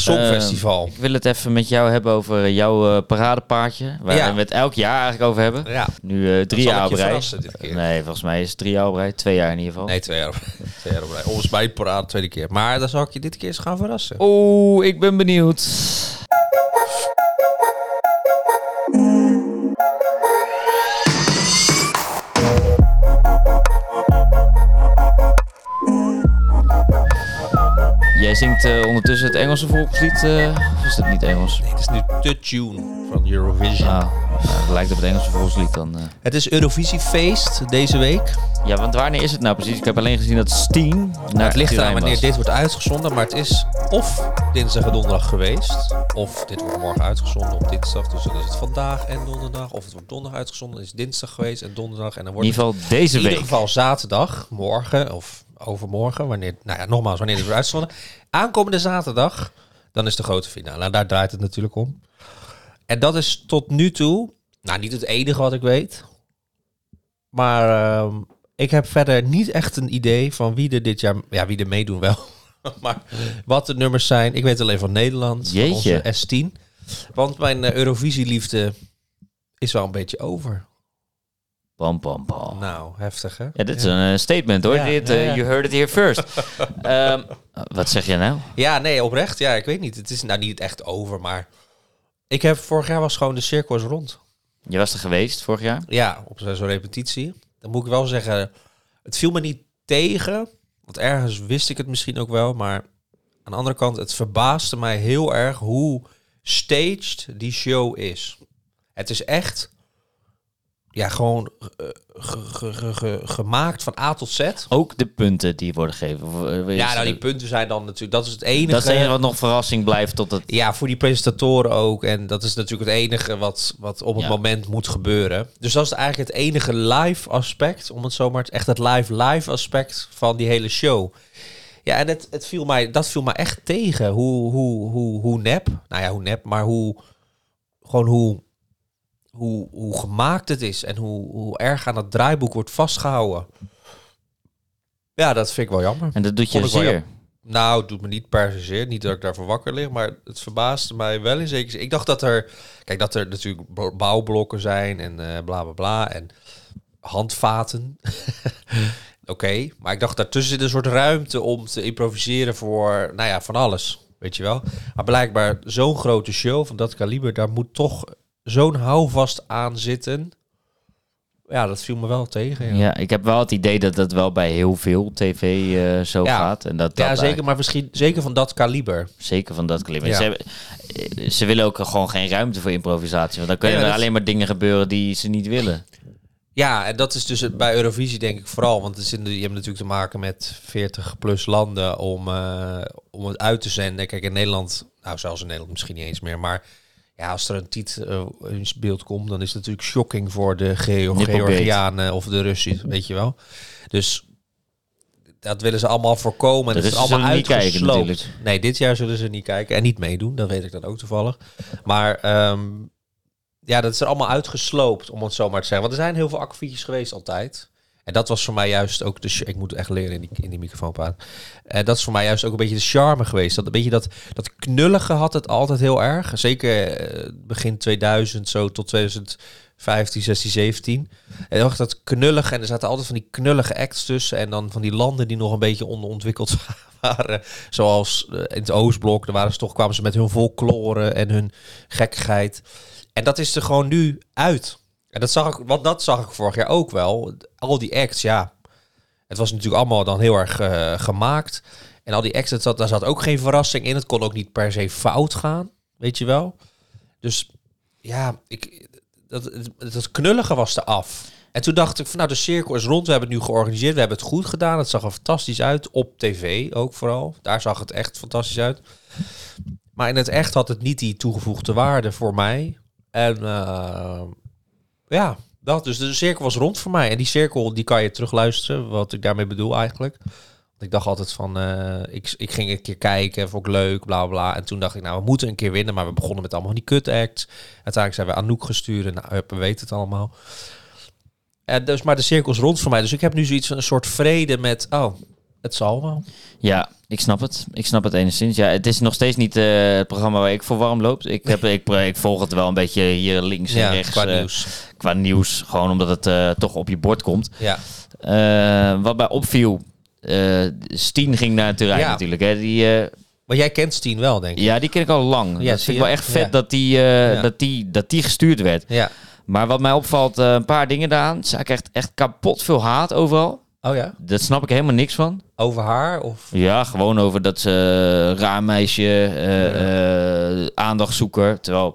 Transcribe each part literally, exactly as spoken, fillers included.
Songfestival. Uh, ik wil het even met jou hebben over jouw uh, paradepaardje. Waar ja. we het elk jaar eigenlijk over hebben. Ja. Nu uh, drie jaar op rij. Uh, nee, volgens mij is het drie jaar op rij. Twee jaar in ieder geval. Nee, twee jaar op, twee jaar op rij. Volgens mij parade tweede keer. Maar dan zal ik je dit keer eens gaan verrassen. Oeh, ik ben benieuwd. Jij zingt uh, ondertussen het Engelse volkslied, uh, of is dat niet Engels? Nee, het is nu de tune van Eurovision. Ah, nou, dat lijkt op het Engelse volkslied dan. Uh. Het is Eurovisiefeest deze week. Ja, want wanneer is het nou precies? Ik heb alleen gezien dat Steen nou, het ligt eraan wanneer was. dit wordt uitgezonden, maar het is of dinsdag en donderdag geweest, of dit wordt morgen uitgezonden op dinsdag, dus dan is het vandaag en donderdag, of het wordt donderdag uitgezonden, dan is het dinsdag geweest en donderdag en dan wordt in ieder geval deze in week. In ieder geval zaterdag, morgen of overmorgen, wanneer, nou ja, nogmaals, wanneer het wordt uitgezonden. Aankomende zaterdag, dan is de grote finale. En daar draait het natuurlijk om. En dat is tot nu toe, nou niet het enige wat ik weet. Maar uh, ik heb verder niet echt een idee van wie er dit jaar, ja wie er meedoen wel. Maar wat de nummers zijn, ik weet alleen van Nederland, van onze S tien. Want mijn uh, Eurovisieliefde is wel een beetje over. Pam, pam, pam. Nou, heftig hè? Ja, dit is ja. een uh, statement hoor. Ja, dit, uh, ja, ja. You heard it here first. um, wat zeg je nou? Ja, nee, oprecht. Ja, ik weet niet. Het is nou niet echt over, maar ik heb vorig jaar was gewoon de cirkel is rond. Je was er geweest vorig jaar? Ja, op zo'n repetitie. Dan moet ik wel zeggen, het viel me niet tegen. Want ergens wist ik het misschien ook wel, maar aan de andere kant, het verbaasde mij heel erg hoe staged die show is. Het is echt... Ja, gewoon uh, ge, ge, ge, ge, gemaakt van A tot Z. Ook de punten die worden gegeven. Of, uh, ja, nou die punten zijn dan natuurlijk... Dat is het enige... Dat is het enige wat nog verrassing blijft tot het... Ja, voor die presentatoren ook. En dat is natuurlijk het enige wat, wat op het ja. moment moet gebeuren. Dus dat is eigenlijk het enige live aspect. Om het zomaar... Echt het live live aspect van die hele show. Ja, en het, het viel mij, dat viel mij echt tegen. Hoe, hoe, hoe, hoe nep... Nou ja, hoe nep, maar hoe... Gewoon hoe... Hoe, hoe gemaakt het is en hoe, hoe erg aan het draaiboek wordt vastgehouden. Ja, dat vind ik wel jammer. En dat doet je zeer? Nou, het doet me niet per se zeer. Niet dat ik daarvoor wakker lig, maar het verbaasde mij wel in zekere zin. Ik dacht dat er... Kijk, dat er natuurlijk bouwblokken zijn en uh, bla bla bla. En handvaten. Oké, okay, maar ik dacht daartussen zit een soort ruimte om te improviseren voor, nou ja, van alles. Weet je wel. Maar blijkbaar zo'n grote show van dat kaliber, daar moet toch... zo'n houvast aan zitten. Ja, dat viel me wel tegen. Ja, ja ik heb wel het idee dat dat wel bij heel veel tv uh, zo ja. gaat. En dat, dat ja, zeker, maar misschien zeker van dat kaliber. Zeker van dat kaliber. Ja. Ze, hebben, ze willen ook gewoon geen ruimte voor improvisatie. Want dan kunnen ja, er dat... alleen maar dingen gebeuren die ze niet willen. Ja, en dat is dus bij Eurovisie denk ik vooral. Want het is in de, je hebt natuurlijk te maken met veertig plus landen om, uh, om het uit te zenden. Kijk, in Nederland, nou zelfs in Nederland misschien niet eens meer, maar... Ja, als er een tiet uh, in beeld komt, dan is het natuurlijk shocking voor de Geo- Georgianen of de Russen, weet je wel. Dus dat willen ze allemaal voorkomen. Dat is allemaal uitgesloopt. Kijken, nee, dit jaar zullen ze niet kijken en niet meedoen. Dat weet ik dan ook toevallig. Maar um, ja, dat is er allemaal uitgesloopt, om het zo maar te zeggen. Want er zijn heel veel akkefietjes geweest altijd. En dat was voor mij juist ook de... Ch- ik moet echt leren in die, in die microfoon praten. En dat is voor mij juist ook een beetje de charme geweest. Dat een beetje dat, dat knullige had het altijd heel erg. Zeker uh, begin tweeduizend, zo tot twintig vijftien, zestien, zeventien. En dan dat knullige. En er zaten altijd van die knullige acts tussen. En dan van die landen die nog een beetje onderontwikkeld waren. Zoals uh, in het Oostblok. Daar waren ze toch, kwamen ze met hun folklore en hun gekkigheid. En dat is er gewoon nu uit. En dat zag ik, want dat zag ik vorig jaar ook wel. Al die acts, ja. Het was natuurlijk allemaal dan heel erg uh, gemaakt. En al die acts, dat, daar zat ook geen verrassing in. Het kon ook niet per se fout gaan, weet je wel. Dus ja, ik, dat, dat knullige was er af. En toen dacht ik van nou, de cirkel is rond. We hebben het nu georganiseerd. We hebben het goed gedaan. Het zag er fantastisch uit. Op tv ook vooral. Daar zag het echt fantastisch uit. Maar in het echt had het niet die toegevoegde waarde voor mij. En... Uh, Ja, dat. Dus de cirkel was rond voor mij. En die cirkel, die kan je terugluisteren. Wat ik daarmee bedoel eigenlijk. Want ik dacht altijd van... Uh, ik, ik ging een keer kijken, vond ik leuk, bla bla. En toen dacht ik, nou, we moeten een keer winnen. Maar we begonnen met allemaal die kut acts. Uiteindelijk zijn we Anouk gestuurd. En nou, we weten het allemaal. En dus, maar de cirkel is rond voor mij. Dus ik heb nu zoiets van een soort vrede met... Oh, het zal wel. Ja, ik snap het. Ik snap het enigszins. Ja, het is nog steeds niet uh, het programma waar ik voor warm loop. Ik, heb, ik, ik volg het wel een beetje hier links en ja, rechts. Qua uh, nieuws. Qua nieuws, gewoon omdat het uh, toch op je bord komt. Ja. Uh, wat mij opviel, uh, Stien ging naar Turijn ja. natuurlijk. Hè. Die, uh, maar jij kent Stien wel, denk ik. Ja, die ken ik al lang. Ja, dat vind ik wel echt vet ja. dat, die, uh, ja. dat, die, dat die gestuurd werd. Ja. Maar wat mij opvalt, uh, een paar dingen daaraan. Zij krijgt echt kapot veel haat overal. Oh ja? Dat snap ik helemaal niks van. Over haar? Of? Ja, gewoon over dat ze uh, raar meisje, uh, ja. uh, aandachtzoeker. Terwijl...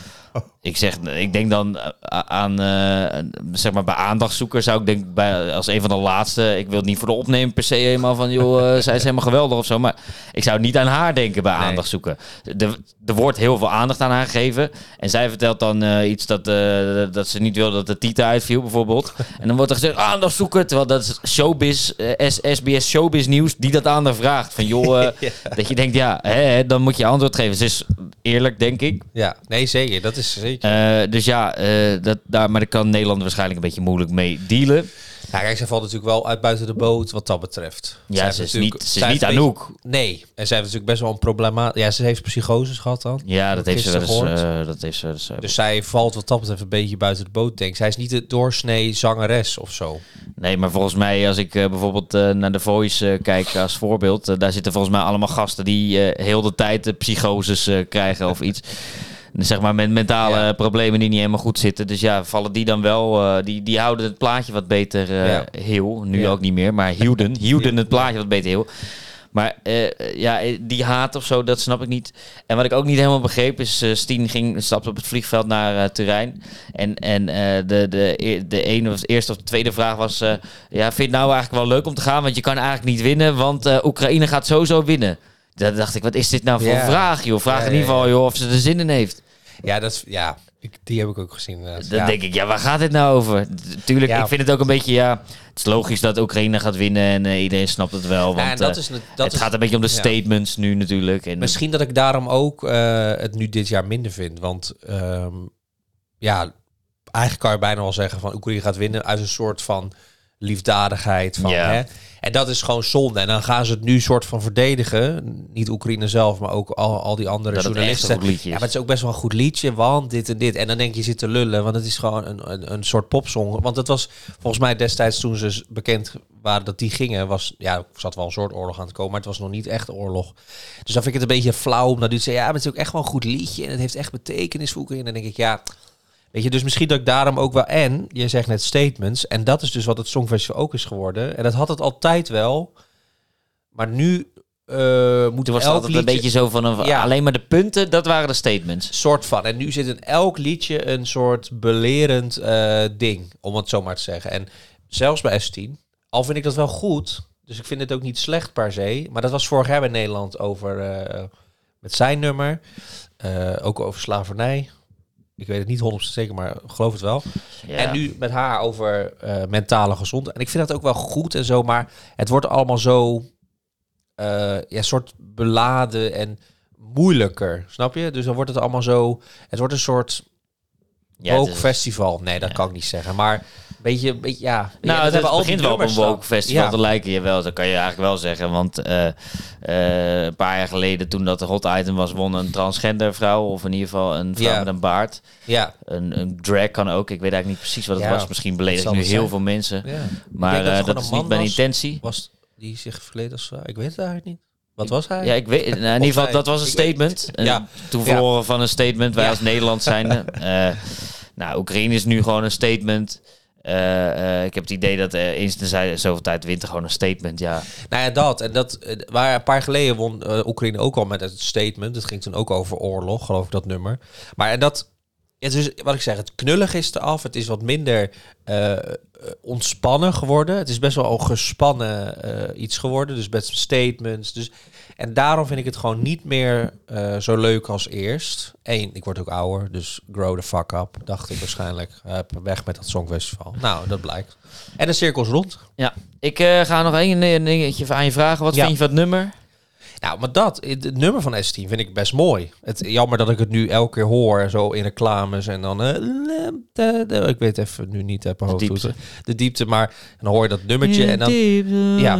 Ik zeg, ik denk dan aan, uh, zeg maar bij aandachtzoeker zou ik denk bij als een van de laatste. Ik wil het niet voor de opnemen per se helemaal van, joh, uh, zij is helemaal geweldig of zo. Maar ik zou niet aan haar denken bij nee. aandachtzoeker. Er, er wordt heel veel aandacht aan haar gegeven. En zij vertelt dan uh, iets dat, uh, dat ze niet wil dat de titel uitviel bijvoorbeeld. En dan wordt er gezegd, aandachtzoeker. Terwijl dat is showbiz, uh, S B S showbiz nieuws die dat aan haar vraagt. Van joh, uh, ja. dat je denkt, ja, hè, dan moet je antwoord geven. Ze is eerlijk, denk ik. Ja, nee zeker. Dat is zeker. Uh, dus ja, uh, dat, daar, maar daar kan Nederland waarschijnlijk een beetje moeilijk mee dealen. Ja, kijk, zij valt natuurlijk wel uit buiten de boot wat dat betreft. Ja, ze is niet, ze is niet Anouk. Nee, en zij heeft natuurlijk best wel een probleem. Ja, ze heeft psychoses gehad dan. Ja, dat heeft ze wel eens. Uh, dat heeft ze dus, uh, dus zij valt wat dat betreft een beetje buiten de boot, denk ik. Zij is niet de doorsnee zangeres of zo. Nee, maar volgens mij, als ik uh, bijvoorbeeld uh, naar The Voice uh, kijk als voorbeeld, uh, daar zitten volgens mij allemaal gasten die uh, heel de tijd uh, psychoses uh, krijgen of iets. Zeg maar met mentale ja. problemen die niet helemaal goed zitten. Dus ja, vallen die dan wel... Uh, die, die houden het plaatje wat beter uh, ja. heel. Nu ja. ook niet meer, maar hielden. Hielden het plaatje wat beter heel. Maar uh, ja, die haat of zo, dat snap ik niet. En wat ik ook niet helemaal begreep is... Uh, Stien ging, stapte op het vliegveld naar uh, Turijn. En, en uh, de, de, de ene of de eerste of de tweede vraag was... Uh, ja, vind je het nou eigenlijk wel leuk om te gaan? Want je kan eigenlijk niet winnen, want uh, Oekraïne gaat sowieso winnen. Dan dacht ik, wat is dit nou voor ja. vraag, joh? Vraag ja, in ieder geval, joh, of ze er zin in heeft. Ja, dat is, ja ik, die heb ik ook gezien. Uh, Dan ja. denk ik, ja, waar gaat dit nou over? Tuurlijk, ja. ik vind het ook een beetje, ja... Het is logisch dat Oekraïne gaat winnen en uh, iedereen snapt het wel. Want ja, dat is, dat het is, gaat een beetje om de statements ja. nu natuurlijk. En misschien dat ik daarom ook uh, het nu dit jaar minder vind. Want um, ja, eigenlijk kan je bijna wel zeggen van Oekraïne gaat winnen uit een soort van liefdadigheid. Van, ja. hè? En dat is gewoon zonde. En dan gaan ze het nu soort van verdedigen. Niet Oekraïne zelf, maar ook al, al die andere dat journalisten. Het echt een goed liedje is. Ja, maar het is ook best wel een goed liedje, want dit en dit. En dan denk je, je zit te lullen, want het is gewoon een, een, een soort popsong. Want het was volgens mij destijds toen ze bekend waren dat die gingen, was, ja, er zat wel een soort oorlog aan te komen, maar het was nog niet echt oorlog. Dus dan vind ik het een beetje flauw om dat nu te zeggen, ja, maar het is ook echt wel een goed liedje en het heeft echt betekenis voor Oekraïne. En dan denk ik, ja... Weet je, dus misschien dat ik daarom ook wel... En, je zegt net statements. En dat is dus wat het Songfestival ook is geworden. En dat had het altijd wel. Maar nu uh, moet er was elk altijd liedje... een beetje zo van... Een, ja. Alleen maar de punten, dat waren de statements. Soort van. En nu zit in elk liedje een soort belerend uh, ding. Om het zo maar te zeggen. En zelfs bij S tien. Al vind ik dat wel goed. Dus ik vind het ook niet slecht per se. Maar dat was vorig jaar bij Nederland over... Uh, met zijn nummer. Uh, ook over slavernij. Ik weet het niet honderd procent zeker, maar geloof het wel. Ja. En nu met haar over uh, mentale gezondheid. En ik vind dat ook wel goed en zo, maar het wordt allemaal zo... Uh, ja, soort beladen en moeilijker, snap je? Dus dan wordt het allemaal zo... Het wordt een soort ja, woke festival. Nee, dat ja. kan ik niet zeggen, maar... Beetje, beetje, ja. Nou, ja, het, het begint wel op een woke staan. festival ja. te lijken. Jawel, dat kan je eigenlijk wel zeggen. Want uh, uh, een paar jaar geleden, toen dat de hot item was, won een transgender vrouw. Of in ieder geval een vrouw ja. met een baard. Ja. Een, een drag kan ook. Ik weet eigenlijk niet precies wat het ja. was. Misschien beledigt nu heel zijn. veel mensen. Ja. Maar dat, uh, dat is niet mijn was, intentie. Was die zich verkleed als vrouw? Ik weet het eigenlijk niet. Wat was hij? Ja, ik weet. Nou, in ieder geval, dat was een statement. Ja. Toevoegen ja. van een statement. Wij ja. als Nederland zijnde. uh, nou, Oekraïne is nu gewoon een statement. Uh, uh, ik heb het idee dat uh, eens in zoveel tijd wint er gewoon een statement, ja. Nou ja, dat. En dat uh, waar een paar geleden won uh, Oekraïne ook al met het statement. Het ging toen ook over oorlog, geloof ik, dat nummer. Maar en dat... Het is, wat ik zeg, het knullig is eraf. Het is wat minder uh, ontspannen geworden. Het is best wel een gespannen uh, iets geworden. Dus best statements. Dus, en daarom vind ik het gewoon niet meer uh, zo leuk als eerst. Eén, ik word ook ouder. Dus grow the fuck up, dacht ik waarschijnlijk. Uh, weg met dat Songfestival. Nou, dat blijkt. En de cirkels rond. Ja, ik uh, ga nog één dingetje aan je vragen. Wat ja. vind je van het nummer? Nou, maar dat, het nummer van S tien vind ik best mooi. Het, jammer dat ik het nu elke keer hoor, zo in reclames en dan... Uh, de, de, ik weet even nu niet op mijn hoofd hoe het- de diepte, maar dan hoor je dat nummertje en dan... Ja.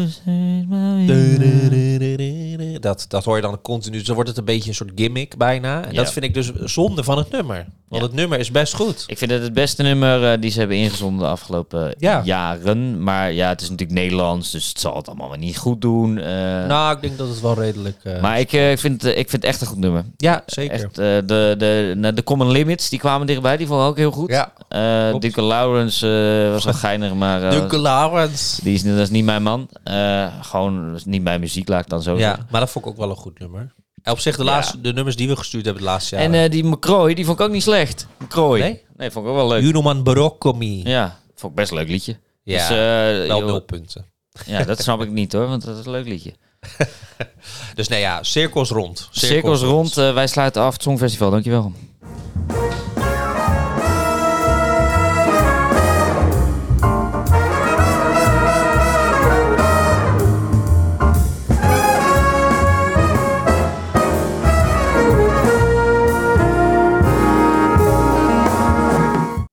Dat, dat hoor je dan continu. Dus dan wordt het een beetje een soort gimmick bijna. En Ja. dat vind ik dus zonde van het nummer. Want Ja. het nummer is best goed. Ik vind het het beste nummer uh, die ze hebben ingezonden de afgelopen Ja. jaren. Maar ja, het is natuurlijk Nederlands, dus het zal het allemaal wel niet goed doen. Uh, Nou, ik denk dat het wel redelijk... Uh, maar ik, uh, ik, vind, uh, ik vind het echt een goed nummer. ja, zeker. Echt, uh, de, de, de Common Limits, die kwamen dichtbij. Die vond ik ook heel goed. Ja, Uh, klopt. Duncan Lawrence uh, was wel geinig, maar uh, Duncan Lawrence. die is, dat is niet mijn man. Uh, gewoon dat is niet mijn muziek, laat ik dan zo Ja, zeggen. maar dat vond ik ook wel een goed nummer. En op zich de, Ja. laatste, de nummers die we gestuurd hebben de laatste jaren. En uh, die McCroy, die vond ik ook niet slecht. McCroy. Nee? Nee, vond ik ook wel leuk. Junoman Baroccomi. Ja, Ja, vond ik best een leuk liedje. ja Dus, uh, wel joh, nul punten. ja, dat snap ik niet hoor, want dat is een leuk liedje. Dus nee ja, cirkels rond. Cirkels rond, uh, wij sluiten af het Songfestival, dankjewel.